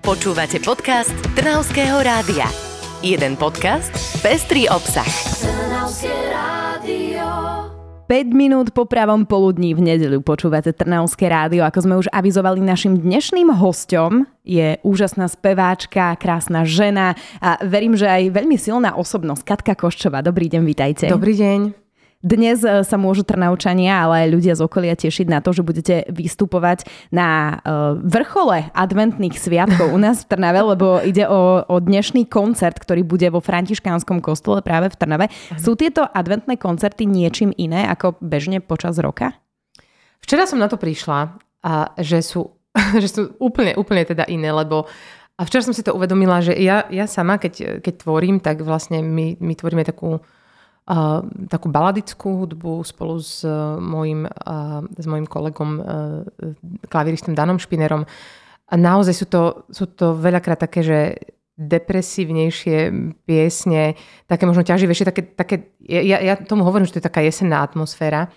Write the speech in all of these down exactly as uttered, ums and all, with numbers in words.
Počúvate podcast Trnavského rádia. Jeden podcast, pestrý obsah. Trnavské rádio. päť minút po pravom poludní v nedeľu počúvate Trnavské rádio. Ako sme už avizovali, našim dnešným hosťom je úžasná speváčka, krásna žena a verím, že aj veľmi silná osobnosť, Katka Koščová. Dobrý deň, vitajte. Dobrý deň. Dnes sa môžu Trnavčania, ale aj ľudia z okolia tešiť na to, že budete vystupovať na vrchole adventných sviatkov u nás v Trnave, lebo ide o, o dnešný koncert, ktorý bude vo Františkánskom kostole práve v Trnave. Aha. Sú tieto adventné koncerty niečím iné ako bežne počas roka? Včera som na to prišla, a že sú, že sú úplne, úplne teda iné, lebo a včera som si to uvedomila, že ja, ja sama, keď, keď tvorím, tak vlastne my, my tvoríme takú Uh, takú baladickú hudbu spolu s, uh, mojim, uh, s mojim kolegom uh, klavíristom Danom Špinerom. A naozaj sú to, sú to veľakrát také, že depresívnejšie piesne, také možno ťaživejšie, také, také ja, ja tomu hovorím, že to je taká jesenná atmosféra.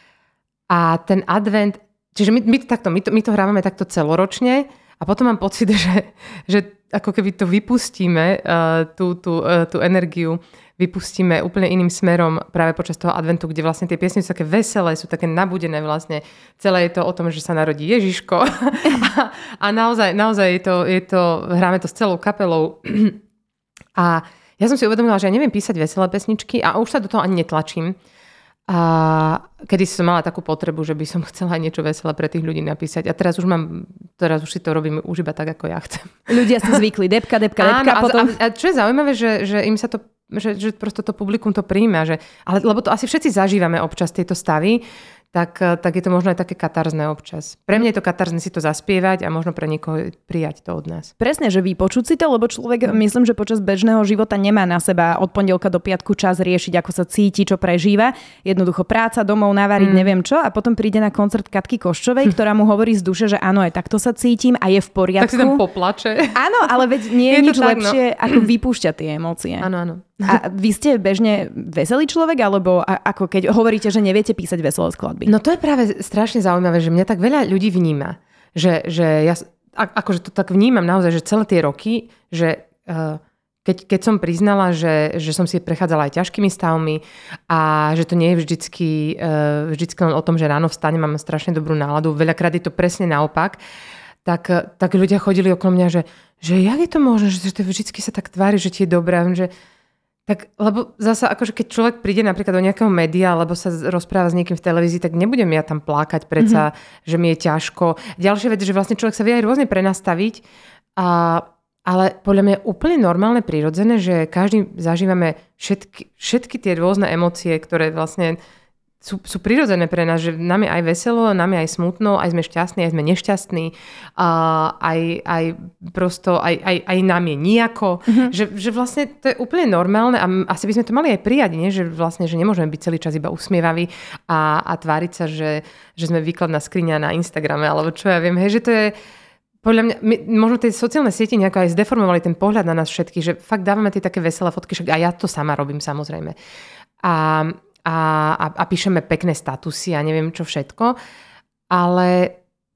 A ten advent, čiže my, my, to, takto, my, to, my to hrávame takto celoročne a potom mám pocit, že, že ako keby to vypustíme, uh, tú, tú, uh, tú energiu, vypustíme úplne iným smerom práve počas toho adventu, kde vlastne tie piesne sú také veselé, sú také nabudené vlastne. Celé je to o tom, že sa narodí Ježiško. a, a naozaj, naozaj je to, je to, hráme to s celou kapelou. A ja som si uvedomila, že ja neviem písať veselé pesničky a už sa do toho ani netlačím. A kedy som mala takú potrebu, že by som chcela aj niečo veselé pre tých ľudí napísať. A teraz už mám, teraz už si to robím už iba tak, ako ja chcem. Ľudia si zvykli, depka, depka, depka. Áno, potom... a, a čo je zaujímavé, že, že im sa to Že, že prosto to publikum to príjma. Že, ale, lebo to asi všetci zažívame občas tieto stavy, tak, tak je to možno aj také katarzné občas. Pre mňa je to katarzné si to zaspievať a možno pre niekoho prijať to od nás. Presne, že vypočuť si to, lebo človek, mm. myslím, že počas bežného života nemá na seba od pondelka do piatku čas riešiť, ako sa cíti, čo prežíva. Jednoducho práca, domov, navariť, mm. neviem čo. A potom príde na koncert Katky Koščovej, ktorá mu hovorí z duše, že áno, aj takto sa cítim a je v poriadku. Tak si tam poplače. Áno, ale veď nie je, je nič tak, lepšie, no. ako vypúšťať tie emócie. Áno, áno. A vy ste bežne veselý človek, alebo ako keď hovoríte, že neviete písať veselé skladby? No to je práve strašne zaujímavé, že mňa tak veľa ľudí vníma. Že, že ja akože to tak vnímam naozaj, že celé tie roky, že uh, keď, keď som priznala, že, že som si prechádzala aj ťažkými stavmi a že to nie je vždycky, uh, vždycky len o tom, že ráno vstanem, mám strašne dobrú náladu, veľakrát je to presne naopak, tak, tak ľudia chodili okolo mňa, že, že jak je to možné, že to vždycky sa tak tvári, že ti je dobré, že tak, lebo zasa, akože keď človek príde napríklad do nejakého média, alebo sa rozpráva s niekým v televízii, tak nebudem ja tam plakať predsa, mm-hmm. že mi je ťažko. Ďalšia vec, že vlastne človek sa vie aj rôzne prenastaviť, a, ale podľa mňa je úplne normálne, prirodzené, že každý zažívame všetky, všetky tie rôzne emócie, ktoré vlastne sú, sú prirodzené pre nás, že nám je aj veselo, nám je aj smutno, aj sme šťastní, aj sme nešťastní, a aj, aj prosto, aj, aj, aj nám je nijako. Mm-hmm. Že, že vlastne to je úplne normálne a asi by sme to mali aj prijať, nie? Že vlastne, že nemôžeme byť celý čas iba usmievaví a, a tváriť sa, že, že sme výkladná skriňa na Instagrame, alebo čo ja viem. Hej, že to je podľa mňa, my, možno tie sociálne siete nejako aj zdeformovali ten pohľad na nás všetkých, že fakt dávame tie také veselé fotky, však a ja to sama robím samozrejme. A A, a, a píšeme pekné statusy a neviem čo všetko, ale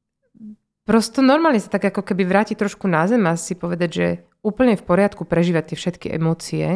prosto normálne sa tak ako keby vrátiť trošku na zem a si povedať, že úplne v poriadku prežívať tie všetky emócie,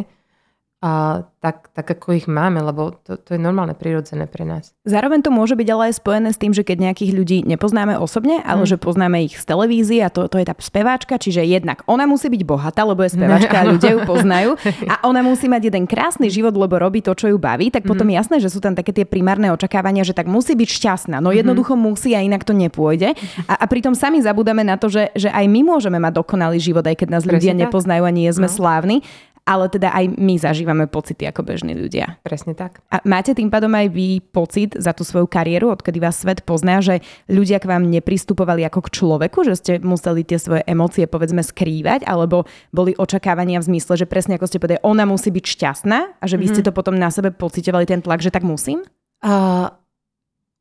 a tak, tak ako ich máme, lebo to, to je normálne, prirodzené pre nás. Zároveň to môže byť ale aj spojené s tým, že keď nejakých ľudí nepoznáme osobne, ale mm. že poznáme ich z televízie a to, to je tá speváčka, čiže jednak ona musí byť bohatá, lebo je speváčka a ľudia ju poznajú a ona musí mať jeden krásny život, lebo robí to, čo ju baví, tak potom mm. jasné, že sú tam také tie primárne očakávania, že tak musí byť šťastná, no jednoducho mm. musí a inak to nepôjde. A, a pritom sami zabúdame na to, že, že aj my môžeme mať dokonalý život, aj keď nás ľudia Presne nepoznajú a nie sme no. slávni. Ale teda aj my zažívame pocity ako bežní ľudia. Presne tak. A máte tým pádom aj vy pocit za tú svoju kariéru, odkedy vás svet pozná, že ľudia k vám nepristupovali ako k človeku, že ste museli tie svoje emócie povedzme skrývať, alebo boli očakávania v zmysle, že presne ako ste povedali, ona musí byť šťastná a že vy ste to potom na sebe pociťovali ten tlak, že tak musím? Uh,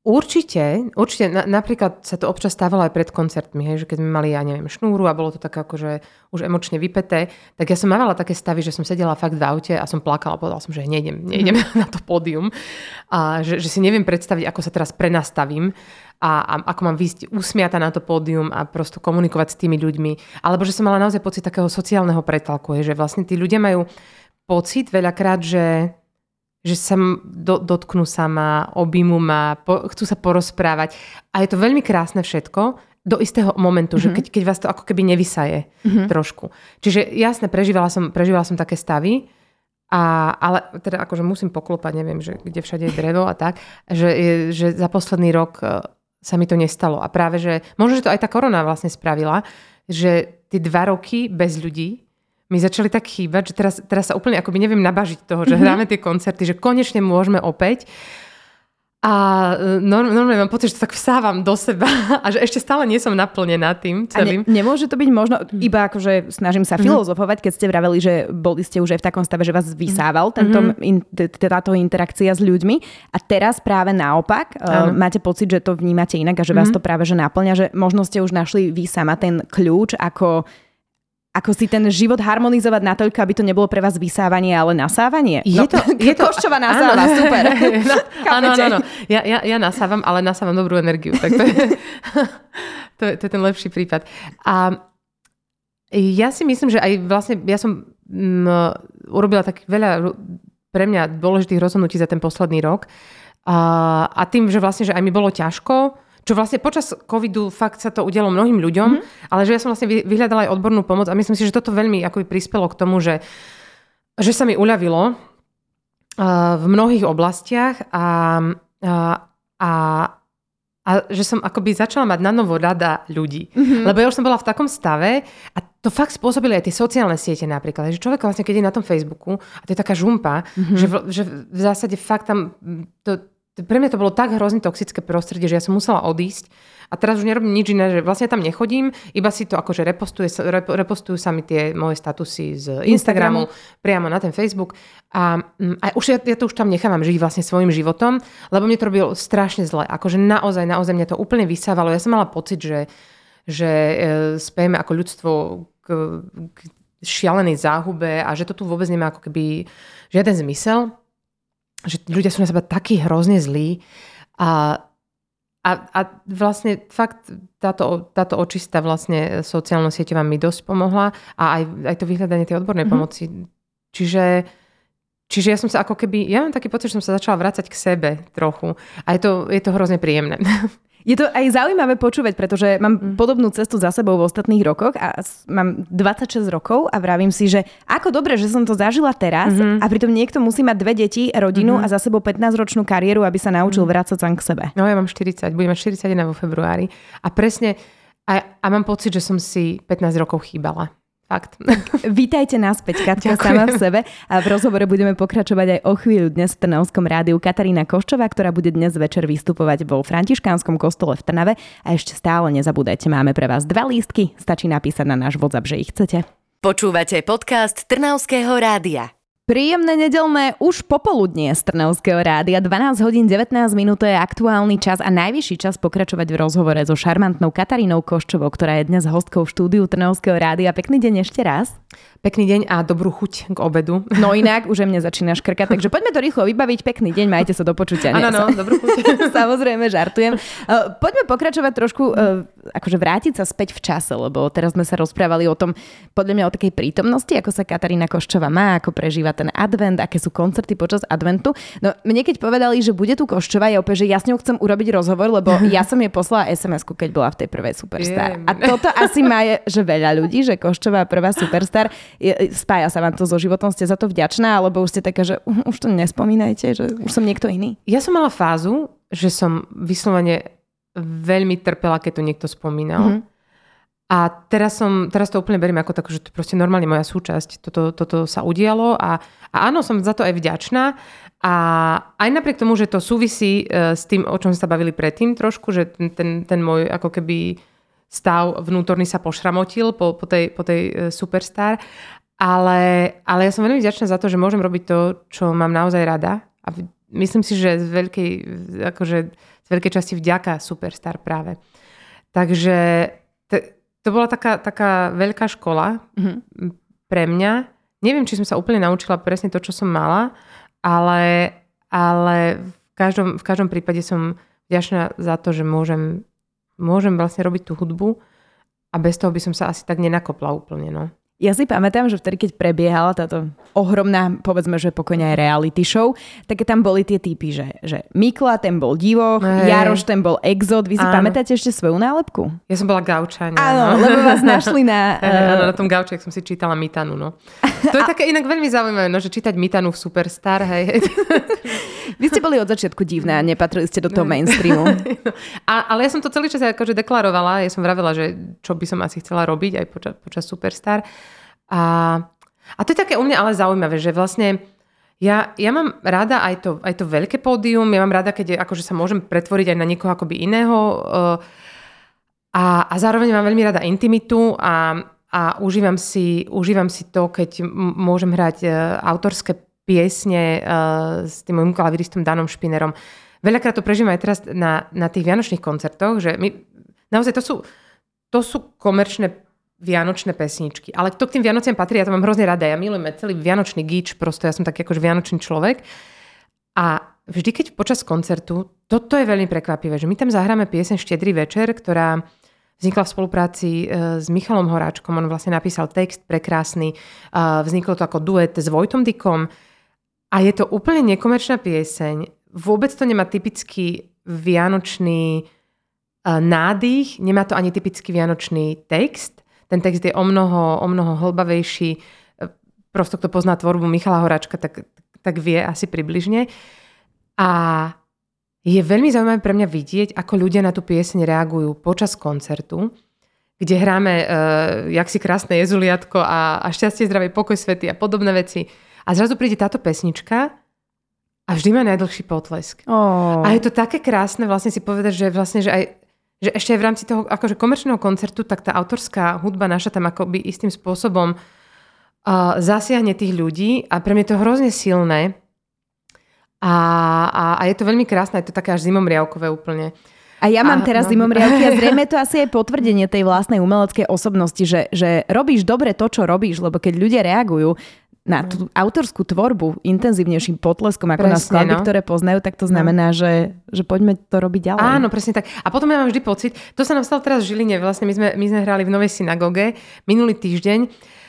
Určite, určite. Na, napríklad sa to občas stávalo aj pred koncertmi, hej, že keď sme mali, ja neviem, šnúru a bolo to také akože už emočne vypäté, tak ja som mávala také stavy, že som sedela fakt v aute a som plakala, povedala som, že nejdem, nejdem mm. na to pódium a že, že si neviem predstaviť, ako sa teraz prenastavím a, a ako mám výjsť usmiata na to pódium a prosto komunikovať s tými ľuďmi. Alebo že som mala naozaj pocit takého sociálneho pretlaku, hej, že vlastne tí ľudia majú pocit veľakrát, že že sa do, dotknú sa ma, objímu ma, po, chcú sa porozprávať. A je to veľmi krásne všetko do istého momentu, mm-hmm. že keď, keď vás to ako keby nevysaje mm-hmm. trošku. Čiže jasne, prežívala som, prežívala som také stavy, a, ale teda akože musím poklopať, neviem, že kde všade je drevo a tak, že, že za posledný rok sa mi to nestalo. A práve, že možno, že to aj tá korona vlastne spravila, že tie dva roky bez ľudí mi začali tak chýbať, že teraz, teraz sa úplne akoby neviem nabažiť toho, že hráme tie koncerty, že konečne môžeme opäť. A normálne mám pocit, že to tak vsávam do seba a že ešte stále nie som naplnená tým celým. A ne, nemôže to byť možno, iba akože snažím sa mm-hmm. filozofovať, keď ste vraveli, že boli ste už aj v takom stave, že vás vysával tento, mm-hmm. in, táto interakcia s ľuďmi a teraz práve naopak uh, máte pocit, že to vnímate inak a že vás mm-hmm. to práve že naplňa, že možno ste už našli vy sama ten kľúč, ako Ako si ten život harmonizovať natoľko, aby to nebolo pre vás vysávanie, ale nasávanie? Je to, no, je to Koščová nasáva, super. No, áno, áno, áno. Ja, ja, ja nasávam, ale nasávam dobrú energiu. Tak to je, to, je, to je ten lepší prípad. A ja si myslím, že aj vlastne, ja som m, urobila tak veľa pre mňa dôležitých rozhodnutí za ten posledný rok. A, a tým, že vlastne, že aj mi bolo ťažko, čo vlastne počas covidu fakt sa to udialo mnohým ľuďom, mm-hmm. ale že ja som vlastne vyhľadala aj odbornú pomoc a myslím si, že toto veľmi akoby prispelo k tomu, že, že sa mi uľavilo uh, v mnohých oblastiach a, uh, a, a že som akoby začala mať na novo rada ľudí. Mm-hmm. Lebo ja už som bola v takom stave a to fakt spôsobili aj tie sociálne siete napríklad. Že človek vlastne, keď je na tom Facebooku a to je taká žumpa, mm-hmm. že, v, že v zásade fakt tam to pre mňa to bolo tak hrozne toxické prostredie, že ja som musela odísť a teraz už nerobím nič iné, že vlastne tam nechodím, iba si to akože repostuje, repostujú sa mi tie moje statusy z Instagramu, Instagramu priamo na ten Facebook a, a už ja, ja to už tam nechávam žiť vlastne svojim životom, lebo mne to robilo strašne zle. Akože naozaj, naozaj mňa to úplne vysávalo. Ja som mala pocit, že, že e, spejeme ako ľudstvo k, k šialenej záhube a že to tu vôbec nemá ako keby žiaden zmysel. Že ľudia sú na seba takí hrozne zlí a, a, a vlastne fakt táto, táto očista vlastne sociálno-sieťová mi dosť pomohla a aj, aj to vyhľadanie tej odbornej mm-hmm. pomoci. Čiže, čiže ja som sa ako keby, ja mám taký pocit, že som sa začala vrácať k sebe trochu a je to, je to hrozne príjemné. Je to aj zaujímavé počúvať, pretože mám mm. podobnú cestu za sebou v ostatných rokoch a mám dvadsaťšesť rokov a vravím si, že ako dobre, že som to zažila teraz mm-hmm. a pritom niekto musí mať dve deti, rodinu mm-hmm. a za sebou pätnásťročnú kariéru, aby sa naučil mm. vrácať sám k sebe. No ja mám štyridsať, budem mať štyridsaťjeden vo februári a presne a, a mám pocit, že som si pätnásť rokov chýbala. Fakt. Vítajte naspäť, Katka, sama v sebe. A v rozhovore budeme pokračovať aj o chvíľu dnes v Trnavskom rádiu Katarína Koščová, ktorá bude dnes večer vystupovať vo Františkánskom kostole v Trnave. A ešte stále nezabúdajte, máme pre vás dva lístky. Stačí napísať na náš WhatsApp, že ich chcete. Počúvate podcast Trnavského rádia. Príjemné nedeľné už popoludnie z Trnavského rádia. dvanásť hodín devätnásť minút je aktuálny čas a najvyšší čas pokračovať v rozhovore so šarmantnou Katarínou Koščovou, ktorá je dnes hostkou v štúdiu Trnavského rádia. Pekný deň ešte raz. Pekný deň a dobrú chuť k obedu. No inak, už mne začína škrkať, takže poďme to rýchlo vybaviť. Pekný deň, majte sa do počutia. Áno, no, dobrú chuť. Samozrejme, žartujem. Uh, poďme pokračovať trošku, uh, akože vrátiť sa späť v čase, lebo teraz sme sa rozprávali o tom, podľa mňa o takej prítomnosti, ako sa Katarína Koščová má, ako prežíva ten advent, aké sú koncerty počas adventu. No mne keď povedali, že bude tu Koščová, ja opäť, že ja s ňou chcem urobiť rozhovor, lebo ja som jej poslala es em esku, keď bola v tej prvej Superstar. A toto asi má je, že veľa ľudí, že Koščová prvá Superstar, spája sa vám to so životom, ste za to vďačná, alebo už ste taká, že uh, už to nespomínajte, že už som niekto iný? Ja som mala fázu, že som vyslovene veľmi trpela, keď to niekto spomínal. Mm-hmm. A teraz, som, teraz to úplne beriem ako tak, že to je proste normálne moja súčasť. Toto, toto sa udialo a, a áno, som za to aj vďačná. A aj napriek tomu, že to súvisí uh, s tým, o čom sa bavili predtým trošku, že ten, ten, ten môj ako keby stav vnútorný sa pošramotil po, po tej, po tej uh, Superstar. Ale, ale ja som veľmi vďačná za to, že môžem robiť to, čo mám naozaj rada. A myslím si, že z veľkej, akože z veľkej časti vďaka Superstar práve. Takže t- to bola taká, taká veľká škola mm-hmm. pre mňa. Neviem, či som sa úplne naučila presne to, čo som mala, ale, ale v, každom, v každom prípade som vďačná za to, že môžem, môžem vlastne robiť tú hudbu a bez toho by som sa asi tak nenakopla úplne, no. Ja si pamätám, že vtedy, keď prebiehala táto ohromná, povedzme, že pokojne aj reality show, tak tam boli tie typy, že, že Mikla, ten bol divoch, hey. Jaroš, ten bol exot. Vy si áno. pamätáte ešte svoju nálepku? Ja som bola gauča. Áno, no. Lebo vás našli na... Áno, na tom gauče, ak som si čítala Mitanu, no. To je také inak veľmi zaujímavé, no, že čítať Mitanu v Superstar, hej. Vy ste boli od začiatku divná, nepatrili ste do toho mainstreamu. A, ale ja som to celý čas akože deklarovala, ja som vravela, že čo by som asi chcela robiť aj počas, počas Superstar. A, a to je také u mňa ale zaujímavé, že vlastne ja, ja mám rada aj to, aj to veľké pódium, ja mám rada, keď akože sa môžem pretvoriť aj na niekoho akoby iného a, a zároveň mám veľmi rada intimitu a, a užívam, si, užívam si to, keď môžem hrať autorské piesne s tým môjim klaviristom Danom Špinerom. Veľakrát to prežívam aj teraz na, na tých vianočných koncertoch, že my, naozaj to sú, to sú komerčné vianočné pesničky. Ale to k tým Vianociam patrí, ja to mám hrozne rada. Ja milujem celý vianočný gíč, prosto ja som taký akože vianočný človek. A vždy, keď počas koncertu, toto je veľmi prekvapivé, že my tam zahráme pieseň Štedrý večer, ktorá vznikla v spolupráci s Michalom Horáčkom. On vlastne napísal text prekrásny. Vzniklo to ako duet s Vojtom Dykom. A je to úplne nekomerčná pieseň. Vôbec to nemá typický vianočný nádych, nemá to ani typický vianočný text. Ten text je o mnoho, o mnoho hlbavejší. Prosto, kto pozná tvorbu Michala Horáčka, tak, tak vie asi približne. A je veľmi zaujímavé pre mňa vidieť, ako ľudia na tú pieseň reagujú počas koncertu, kde hráme uh, Jak si krásne Jezuliatko a, a Šťastie, zdravie, pokoj, svety a podobné veci. A zrazu príde táto pesnička a vždy má najdlhší potlesk. Oh. A je to také krásne vlastne si povedať, že vlastne, že aj že ešte aj v rámci toho akože komerčného koncertu, tak tá autorská hudba naša tam akoby istým spôsobom uh, zasiahne tých ľudí a pre mňa je to hrozne silné a, a, a je to veľmi krásne, je to také až zimomriavkové úplne. A ja mám a, teraz no. zimomriavky a zrejme to asi je potvrdenie tej vlastnej umeleckej osobnosti, že, že robíš dobre to, čo robíš, lebo keď ľudia reagujú na tú autorskú tvorbu intenzívnejším potleskom ako presne, na skladby, no. ktoré poznajú, tak to znamená, no. že, že poďme to robiť ďalej. Áno, presne tak. A potom ja mám vždy pocit, to sa nám stalo teraz v Žiline, vlastne my sme, my sme hrali v Novej synagóge minulý týždeň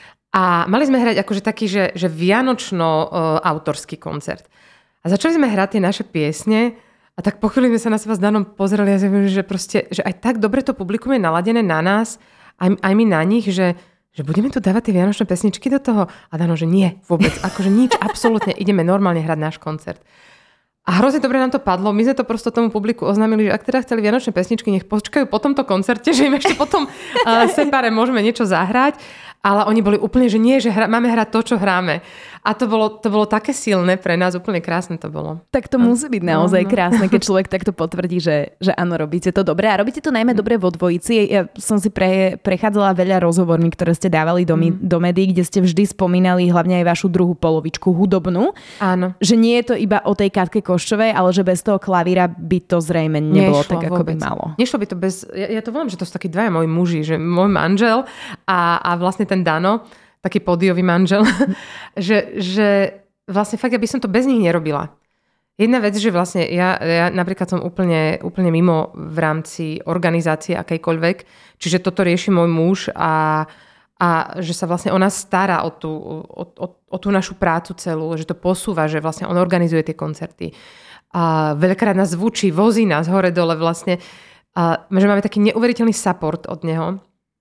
a mali sme hrať akože taký, že, že vianočno-autorský koncert. A začali sme hrať tie naše piesne a tak po chvíli sme sa na seba s Danom pozreli a že, proste, že aj tak dobre to publikum je naladené na nás, aj, aj my na nich, že že budeme tu dávať tie vianočné pesničky do toho? A Dano, že nie, vôbec. Akože nič, absolútne. Ideme normálne hrať náš koncert. A hrozne dobre nám to padlo. My sme to prosto tomu publiku oznámili, že ak teda chceli vianočné pesničky, nech počkajú po tomto koncerte, že im ešte potom uh, separe môžeme niečo zahrať. Ale oni boli úplne, že nie, že hra, máme hrať to, čo hráme. A to bolo, to bolo také silné pre nás, úplne krásne to bolo. Tak to a, musí byť naozaj no, no. krásne, keď človek takto potvrdí, že, že áno, robíte to dobre. A robíte to najmä mm. dobre vo dvojici. Ja som si pre, prechádzala veľa rozhovormi, ktoré ste dávali do, mm. do médií, kde ste vždy spomínali hlavne aj vašu druhú polovičku hudobnú. Áno. Že nie je to iba o tej Katke Koščovej, ale že bez toho klavíra by to zrejme nebolo Nešlo, tak, ako vôbec. By malo. Nešlo by to bez... Ja, ja to volám, že to sú takí dvaja moji muži, že môj manžel a, a vlastne ten Dano, taký pódiový manžel, že, že vlastne fakt, aby som to bez nich nerobila. Jedna vec, že vlastne ja, ja napríklad som úplne, úplne mimo v rámci organizácie akejkoľvek, čiže toto rieši môj muž a, a že sa vlastne o nás stará o tú, o, o, o tú našu prácu celú, že to posúva, že vlastne on organizuje tie koncerty. A veľakrát nás zvučí, vozí nás hore-dole vlastne. A že máme taký neuveriteľný support od neho.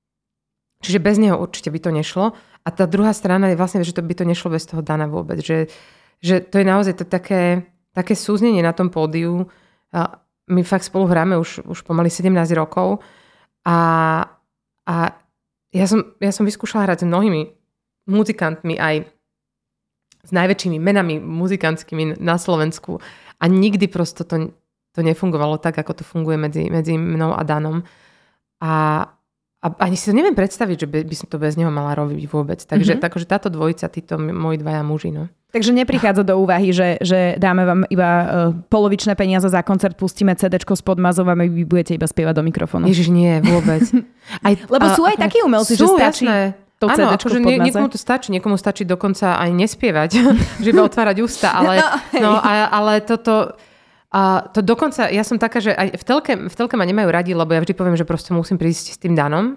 Čiže bez neho určite by to nešlo. A tá druhá strana je vlastne, že to by to nešlo bez toho Dana vôbec. Že, že to je naozaj to také, také súznenie na tom pódiu. A my fakt spolu hráme už, už pomaly sedemnásť rokov. A, a ja, som, ja som vyskúšala hrať s mnohými muzikantmi, aj s najväčšími menami muzikantskými na Slovensku. A nikdy prosto to, to nefungovalo tak, ako to funguje medzi, medzi mnou a Danom. A A a ani si to neviem predstaviť, že by, by som to bez neho mala robiť vôbec. Takže, mm-hmm. takže táto dvojica, títo moji dvaja muži. No. Takže neprichádza do úvahy, že, že dáme vám iba uh, polovičné peniaze za koncert, pustíme cédečko s Podmazom a vy budete iba spievať do mikrofónu. Ježiš, nie, vôbec. Aj, Lebo sú aj takí umelci, sú, že stačí jasné. to Áno, cédečko akože v Podmaze. niekomu to stačí, niekomu stačí dokonca aj nespievať, že iba otvárať ústa, ale, no, a, ale toto... A to dokonca, ja som taká, že aj v telke, v telke ma nemajú radi, lebo ja vždy poviem, že proste musím prísť s tým Danom.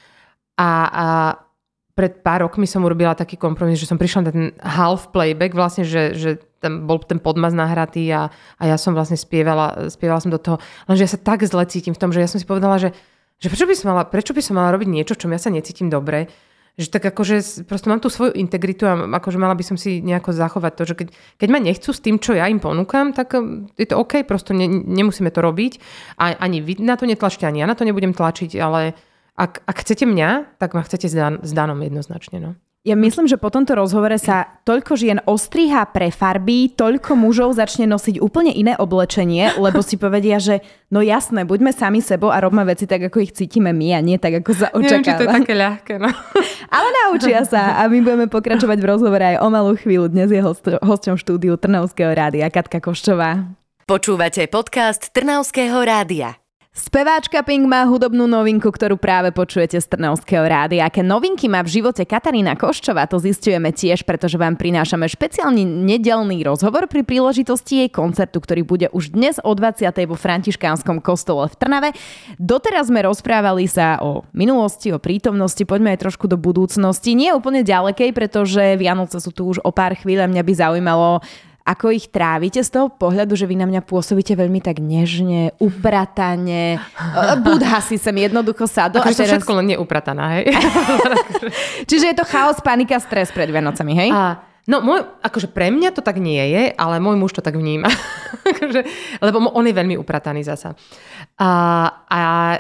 A, a pred pár rokmi som urobila taký kompromis, že som prišla na ten half playback, vlastne, že, že tam bol ten Podmaz nahratý a, a ja som vlastne spievala, spievala som do toho. Lenže ja sa tak zle cítim v tom, že ja som si povedala, že, že prečo by som mala, prečo by som mala robiť niečo, v čom ja sa necítim dobre. Že tak akože proste mám tú svoju integritu a akože mala by som si nejako zachovať to, že keď, keď ma nechcú s tým, čo ja im ponúkam, tak je to OK, proste ne, nemusíme to robiť. A, ani vy na to netlačte, ani ja na to nebudem tlačiť, ale ak, ak chcete mňa, tak ma chcete s, Dan, s Danom jednoznačne. No. Ja myslím, že po tomto rozhovore sa toľko žien ostrihá pre farby, toľko mužov začne nosiť úplne iné oblečenie, lebo si povedia, že no jasné, buďme sami sebou a robme veci tak, ako ich cítime my a nie tak, ako sa očakáva. Neviem, či to je také ľahké, no. Ale naučia sa a my budeme pokračovať v rozhovore aj o malú chvíľu. Dnes je host, hosťom štúdiu Trnavského rádia Katka Koščová. Počúvate podcast Trnavského rádia. Speváčka Pink má hudobnú novinku, ktorú práve počujete z Trnavského rádia. Aké novinky má v živote Katarína Koščová, to zisťujeme tiež, pretože vám prinášame špeciálny nedeľný rozhovor pri príležitosti jej koncertu, ktorý bude už dnes o dvadsiatej vo Františkánskom kostole v Trnave. Doteraz sme rozprávali sa o minulosti, o prítomnosti, poďme aj trošku do budúcnosti. Nie úplne ďalekej, pretože Vianoce sú tu už o pár chvíľ a mňa by zaujímalo, ako ich trávite z toho pohľadu, že vy na mňa pôsobíte veľmi tak nežne, upratane. Budha si sem jednoducho sadol. Akože teraz... všetko len neuprataná, hej? Čiže je to chaos, panika, stres pred Vianocami, hej? A, no, môj, akože pre mňa to tak nie je, ale môj muž to tak vníma. akože, lebo on je veľmi uprataný zasa. A, a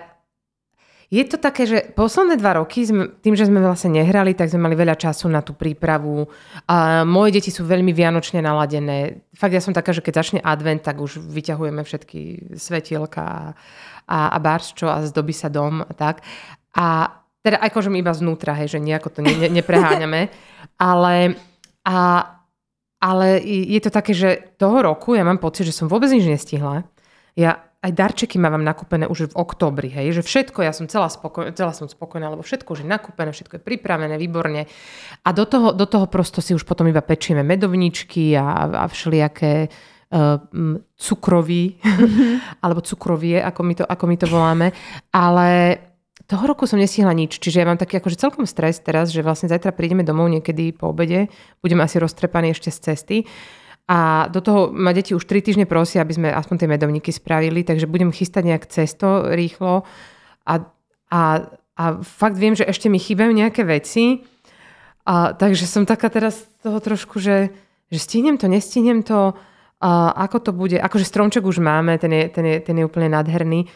je to také, že posledné dva roky, sme, tým, že sme vlastne nehrali, tak sme mali veľa času na tú prípravu. A moje deti sú veľmi vianočne naladené. Fakt ja som taká, že keď začne advent, tak už vyťahujeme všetky svetielka a, a, a barčo a zdobí sa dom a tak. A teda akože my iba znútra, hej, že nejako to ne, ne, nepreháňame. Ale, a, ale je to také, že toho roku ja mám pocit, že som vôbec nič nestihla. Ja aj darčeky mám nakúpené už v októbri, hej, že všetko, ja som celá, spokoj, celá som spokojná, lebo všetko už je nakúpené, všetko je pripravené, výborne. A do toho, do toho prosto si už potom iba pečieme medovničky a, a všelijaké uh, cukroví, mm-hmm. alebo cukrovie, ako my, to, ako my to voláme. Ale toho roku som nestihla nič, čiže ja mám taký akože celkom stres teraz, že vlastne zajtra prídeme domov niekedy po obede, budeme asi roztrepaní ešte z cesty. A do toho ma deti už tri týždne prosia, aby sme aspoň tie medovníky spravili, takže budem chystať nejak cesto rýchlo a, a, a fakt viem, že ešte mi chýbajú nejaké veci. A, takže som taká teraz toho trošku, že, že stihnem to, nestihnem to, a ako to bude. Akože stromček už máme, ten je, ten je, ten je úplne nádherný,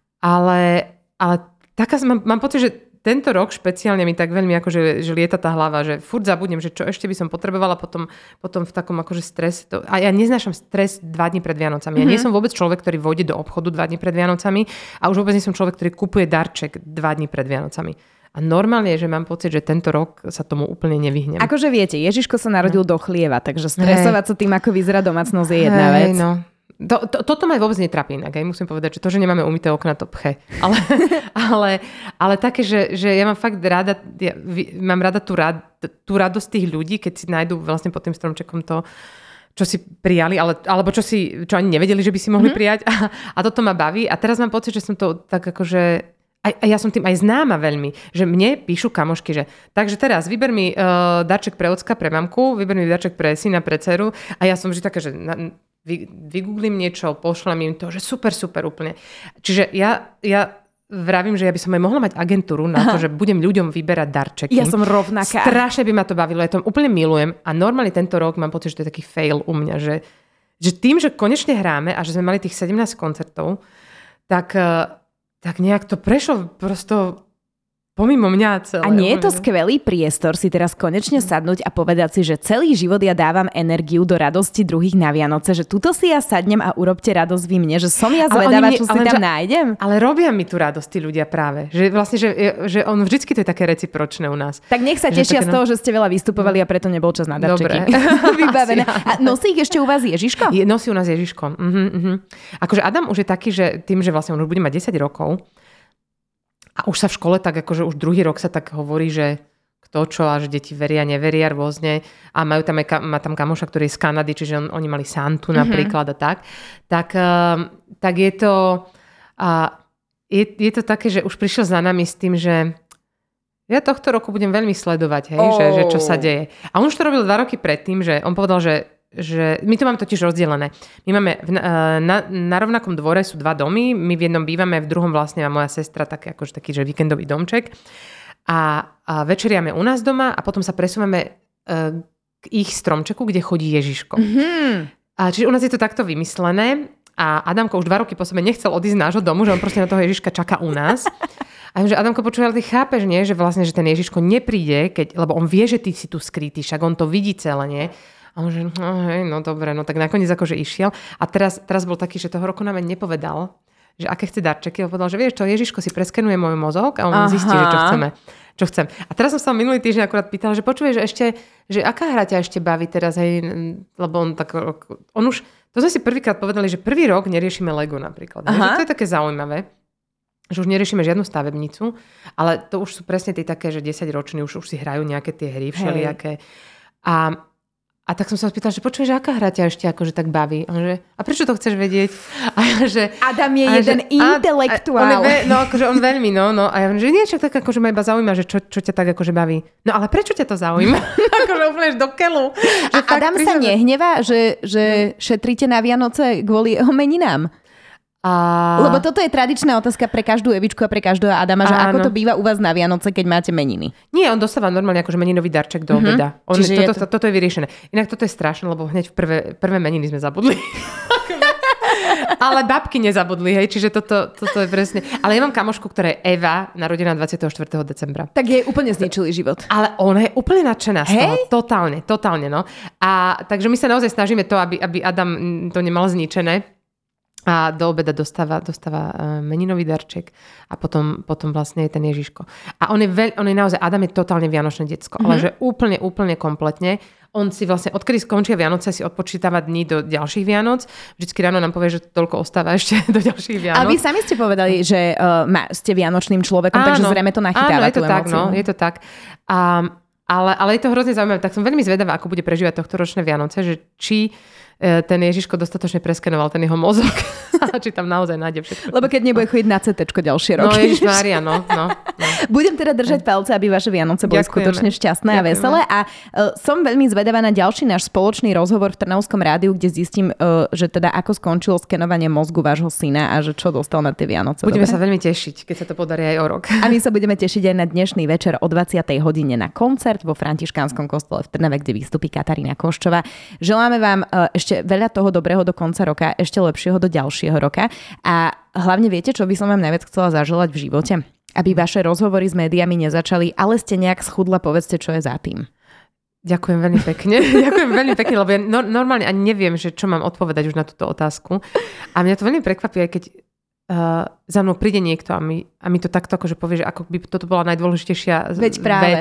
ale, ale taká mám, mám pocit, že tento rok špeciálne mi tak veľmi akože, že lieta tá hlava, že furt zabudnem, že čo ešte by som potrebovala potom, potom v takom akože stres. To, a ja neznášam stres dva dní pred Vianocami. Mm-hmm. Ja nie som vôbec človek, ktorý vôjde do obchodu dva dní pred Vianocami a už vôbec nie som človek, ktorý kupuje darček dva dní pred Vianocami. A normálne je, že mám pocit, že tento rok sa tomu úplne nevyhnem. Akože viete, Ježiško sa narodil no. do chlieva, takže stresovať hey. sa tým, ako vyzerá domácnosť, je jedna hey, vec. No. To, to, toto ma vôbec netrapí inak. Aj musím povedať, že to, že nemáme umyté okna, to pche. Ale, ale, ale také, že, že ja mám fakt rada, ja, mám rada tú, rad, tú radosť tých ľudí, keď si nájdú vlastne pod tým stromčekom to, čo si prijali, ale, alebo čo, si, čo ani nevedeli, že by si mohli mm-hmm. prijať. A, a toto ma baví. A teraz mám pocit, že som to tak akože... A, a ja som tým aj známa veľmi, že mne píšu kamošky, že takže teraz vyber mi uh, darček pre ocka, pre mamku, vyber mi darček pre syna, pre dceru. A ja som vždy také, že... Na, Vy, vygooglím niečo, pošlem im to, že super, super úplne. Čiže ja, ja vravím, že ja by som aj mohla mať agentúru na to, Aha. že budem ľuďom vyberať darčeky. Ja som rovnaká. Strašne by ma to bavilo, ja to úplne milujem a normálne tento rok mám pocit, že to je taký fail u mňa, že, že tým, že konečne hráme a že sme mali tých sedemnásť koncertov, tak, tak nejak to prešlo prosto pomimo mňa celé. A nie je to skvelý priestor si teraz konečne sadnúť a povedať si, že celý život ja dávam energiu do radosti druhých na Vianoce, že tuto si ja sadnem a urobte radosť vy mne, že som ja zvedavá, čo si tam že, nájdem. Ale robia mi tu radosť tí ľudia práve. Že vlastne, že, že on vždycky to je také recipročné u nás. Tak nech sa tešia z toho, že ste veľa vystupovali a preto nebol čas na darčeky. Dobre. Vybavené. A nosí ich ešte u vás Ježiško? Je, nosí u nás Ježiško. Uh-huh, uh-huh. Akože Adam už je taký, že tým, že vlastne on už bude mať desať rokov, a už sa v škole tak, akože už druhý rok sa tak hovorí, že kto čo a že deti veria, neveria rôzne. A majú tam aj, má tam kamoša, ktorý je z Kanady, čiže on, oni mali Santu napríklad mm-hmm. a tak. Tak, uh, tak je to uh, je, je to také, že už prišiel za nami s tým, že ja tohto roku budem veľmi sledovať, hej, oh. že, že čo sa deje. A on už to robil dva roky predtým, že on povedal, že že my to máme totiž rozdelené. My máme v, na, na rovnakom dvore sú dva domy, my v jednom bývame, v druhom vlastne má moja sestra taký, akože taký, že víkendový domček a, a večeriame u nás doma a potom sa presúvame uh, k ich stromčeku, kde chodí Ježiško. Mm-hmm. A čiže u nás je to takto vymyslené a Adamko už dva roky po sebe nechcel odísť z nášho domu, že on proste na toho Ježiška čaká u nás. A že Adamko, počúval, ty chápeš, nie? Že vlastne, že ten Ježiško nepríde, keď, lebo on vie, že ty si tu skrytý, však on to vidí celé, nie? A on že, no hej, no dobre, no tak nakoniec akože išiel. A teraz, teraz bol taký, že toho roku nám nepovedal, že aké chce darčeky. On povedal, že vieš čo, Ježiško si preskenuje môj mozog a on Aha. zistí, že čo chceme. Čo chcem. A teraz som sa minulý týždeň akurát pýtala, že počuješ, že ešte, že aká hra ťa ešte baví teraz, hej, lebo on tak, on už, to sme si prvýkrát povedali, že prvý rok neriešime Lego napríklad. Že to je také zaujímavé, že už neriešime žiadnu stavebnicu, ale to už sú presne tie také, že desaťroční už, už si hrajú nejaké tie hry všelijaké. A A tak som sa spýtala, že počuješ, aká hra ťa ešte akože tak baví? A, že, a prečo to chceš vedieť? A ja, že, Adam je a jeden že, intelektuál. A, a on je, no akože on veľmi, no, no. A ja že nie, čak tak akože ma iba zaujíma, že čo, čo ťa tak akože baví. No ale prečo ťa to zaujíma? akože úplne do keľu. A Adam sa nehnevá, že, že šetríte na Vianoce kvôli jeho meninám? A... Lebo toto je tradičná otázka pre každú Evičku a pre každého Adama, že Áno. ako to býva u vás na Vianoce, keď máte meniny? Nie, on dostáva normálne akože meninový darček do mm-hmm. obeda. On, toto, je to... toto je vyriešené. Inak toto je strašné, lebo hneď v prvé, prvé meniny sme zabudli. Ale babky nezabudli, hej, čiže toto, toto je presne. Ale ja mám kamošku, ktorá je Eva, narodená dvadsiateho štvrtého decembra. Tak jej úplne zničili život. Ale ona je úplne nadšená z toho. Totálne, totálne, no. A takže my sa naozaj snažíme to, aby, aby Adam to nemal zničené. A do obeda dostáva, dostáva meninový darček a potom, potom vlastne je ten Ježiško. A on je, veľ, on je naozaj, Adam je totálne vianočné decko, mm-hmm. ale že úplne, úplne kompletne. On si vlastne, odkedy skončia Vianoce, si odpočítava dní do ďalších Vianoc. Vždycky ráno nám povie, že toľko ostáva ešte do ďalších Vianoc. A vy sami ste povedali, že uh, ste vianočným človekom, áno, takže zrejme to nachytáva. Áno, je to tak, no, je to tak. A, ale, ale je to hrozne zaujímavé. Tak som veľmi zvedavá, ako bude prežívať tohto ročné Vianoce, že či ten Ježiško dostatočne preskenoval ten jeho mozog. Či tam naozaj nájde všetko. Lebo keď nebude chodiť na cétéčko ďalšie roky. No Ježišmária, no, no, no. Budem teda držať palce, aby vaše Vianoce boli Ďakujeme. skutočne šťastné Ďakujeme. a veselé. A uh, som veľmi zvedavá na ďalší náš spoločný rozhovor v Trnavskom rádiu, kde zistím, uh, že teda ako skončilo skenovanie mozgu vášho syna a že čo dostal na tie Vianoce. Budeme dobre? sa veľmi tešiť, keď sa to podarí aj o rok. A my sa budeme tešiť aj na dnešný večer o dvadsiatej hodine na koncert vo Františkánskom kostole v Trnave, kde vystupí Katarína Koščová. Želáme vám uh, ešte veľa toho dobrého do konca roka, ešte lepšieho do ďalšieho roka. A hlavne viete, čo by som vám najviac chcela zaželať v živote? Aby vaše rozhovory s médiami nezačali, ale ste nejak schudla, povedzte, čo je za tým. Ďakujem veľmi pekne. Ďakujem veľmi pekne, lebo ja no, normálne ani neviem, že čo mám odpovedať už na túto otázku. A mňa to veľmi prekvapí, aj keď uh, za mnou príde niekto a mi, a mi to takto akože povie, že ako by toto bola najdôležitejšia vec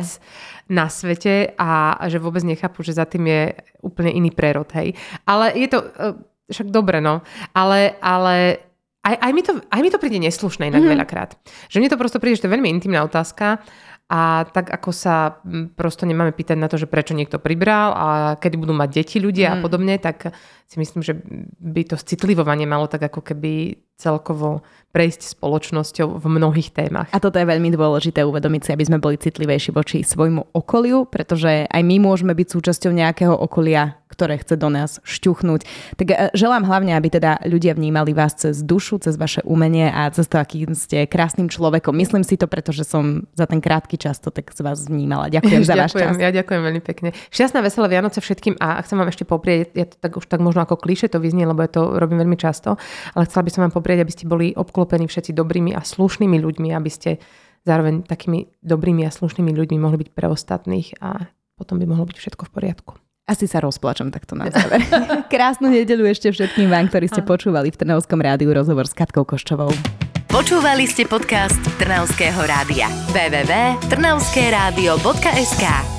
na svete a, a že vôbec nechápu, že za tým je úplne iný prerod, hej. Ale je to uh, však dobre, no. Ale, ale aj, aj, mi to, aj mi to príde neslušné inak mm-hmm. veľakrát. Že mne to prosto príde, že to je veľmi intimná otázka a tak ako sa prosto nemáme pýtať na to, že prečo niekto pribral a kedy budú mať deti ľudia mm. a podobne, tak si myslím, že by to citlivovanie malo tak ako keby celkovo prejsť spoločnosťou v mnohých témach. A toto je veľmi dôležité uvedomiť si, aby sme boli citlivejší voči svojmu okoliu, pretože aj my môžeme byť súčasťou nejakého okolia, ktoré chce do nás šťuchnúť. Tak želám hlavne, aby teda ľudia vnímali vás cez dušu, cez vaše umenie a cez to, akým ste krásnym človekom. Myslím si to, pretože som za ten krátky čas to tak z vás vnímala. Ďakujem za váš čas. Ja ďakujem veľmi pekne. Šťastná, veselé Vianoce všetkým a chcem vám ešte poprieť, ja to tak už tak možno ako klišé to vyznie, lebo ja to robím veľmi často, ale chcela by som vám poprieť, aby ste boli obklopení všetci dobrými a slušnými ľuďmi, aby ste zároveň takými dobrými a slušnými ľuďmi mohli byť pre ostatných a potom by mohlo byť všetko v poriadku. Asi sa rozplačem takto na záver. Krásnu nedeľu ešte všetkým vám, ktorí ste počúvali v Trnavskom rádiu rozhovor s Katkou Koščovou. Počúvali ste podcast Trnavského rádia. w w w bodka trnavskeradio bodka es ka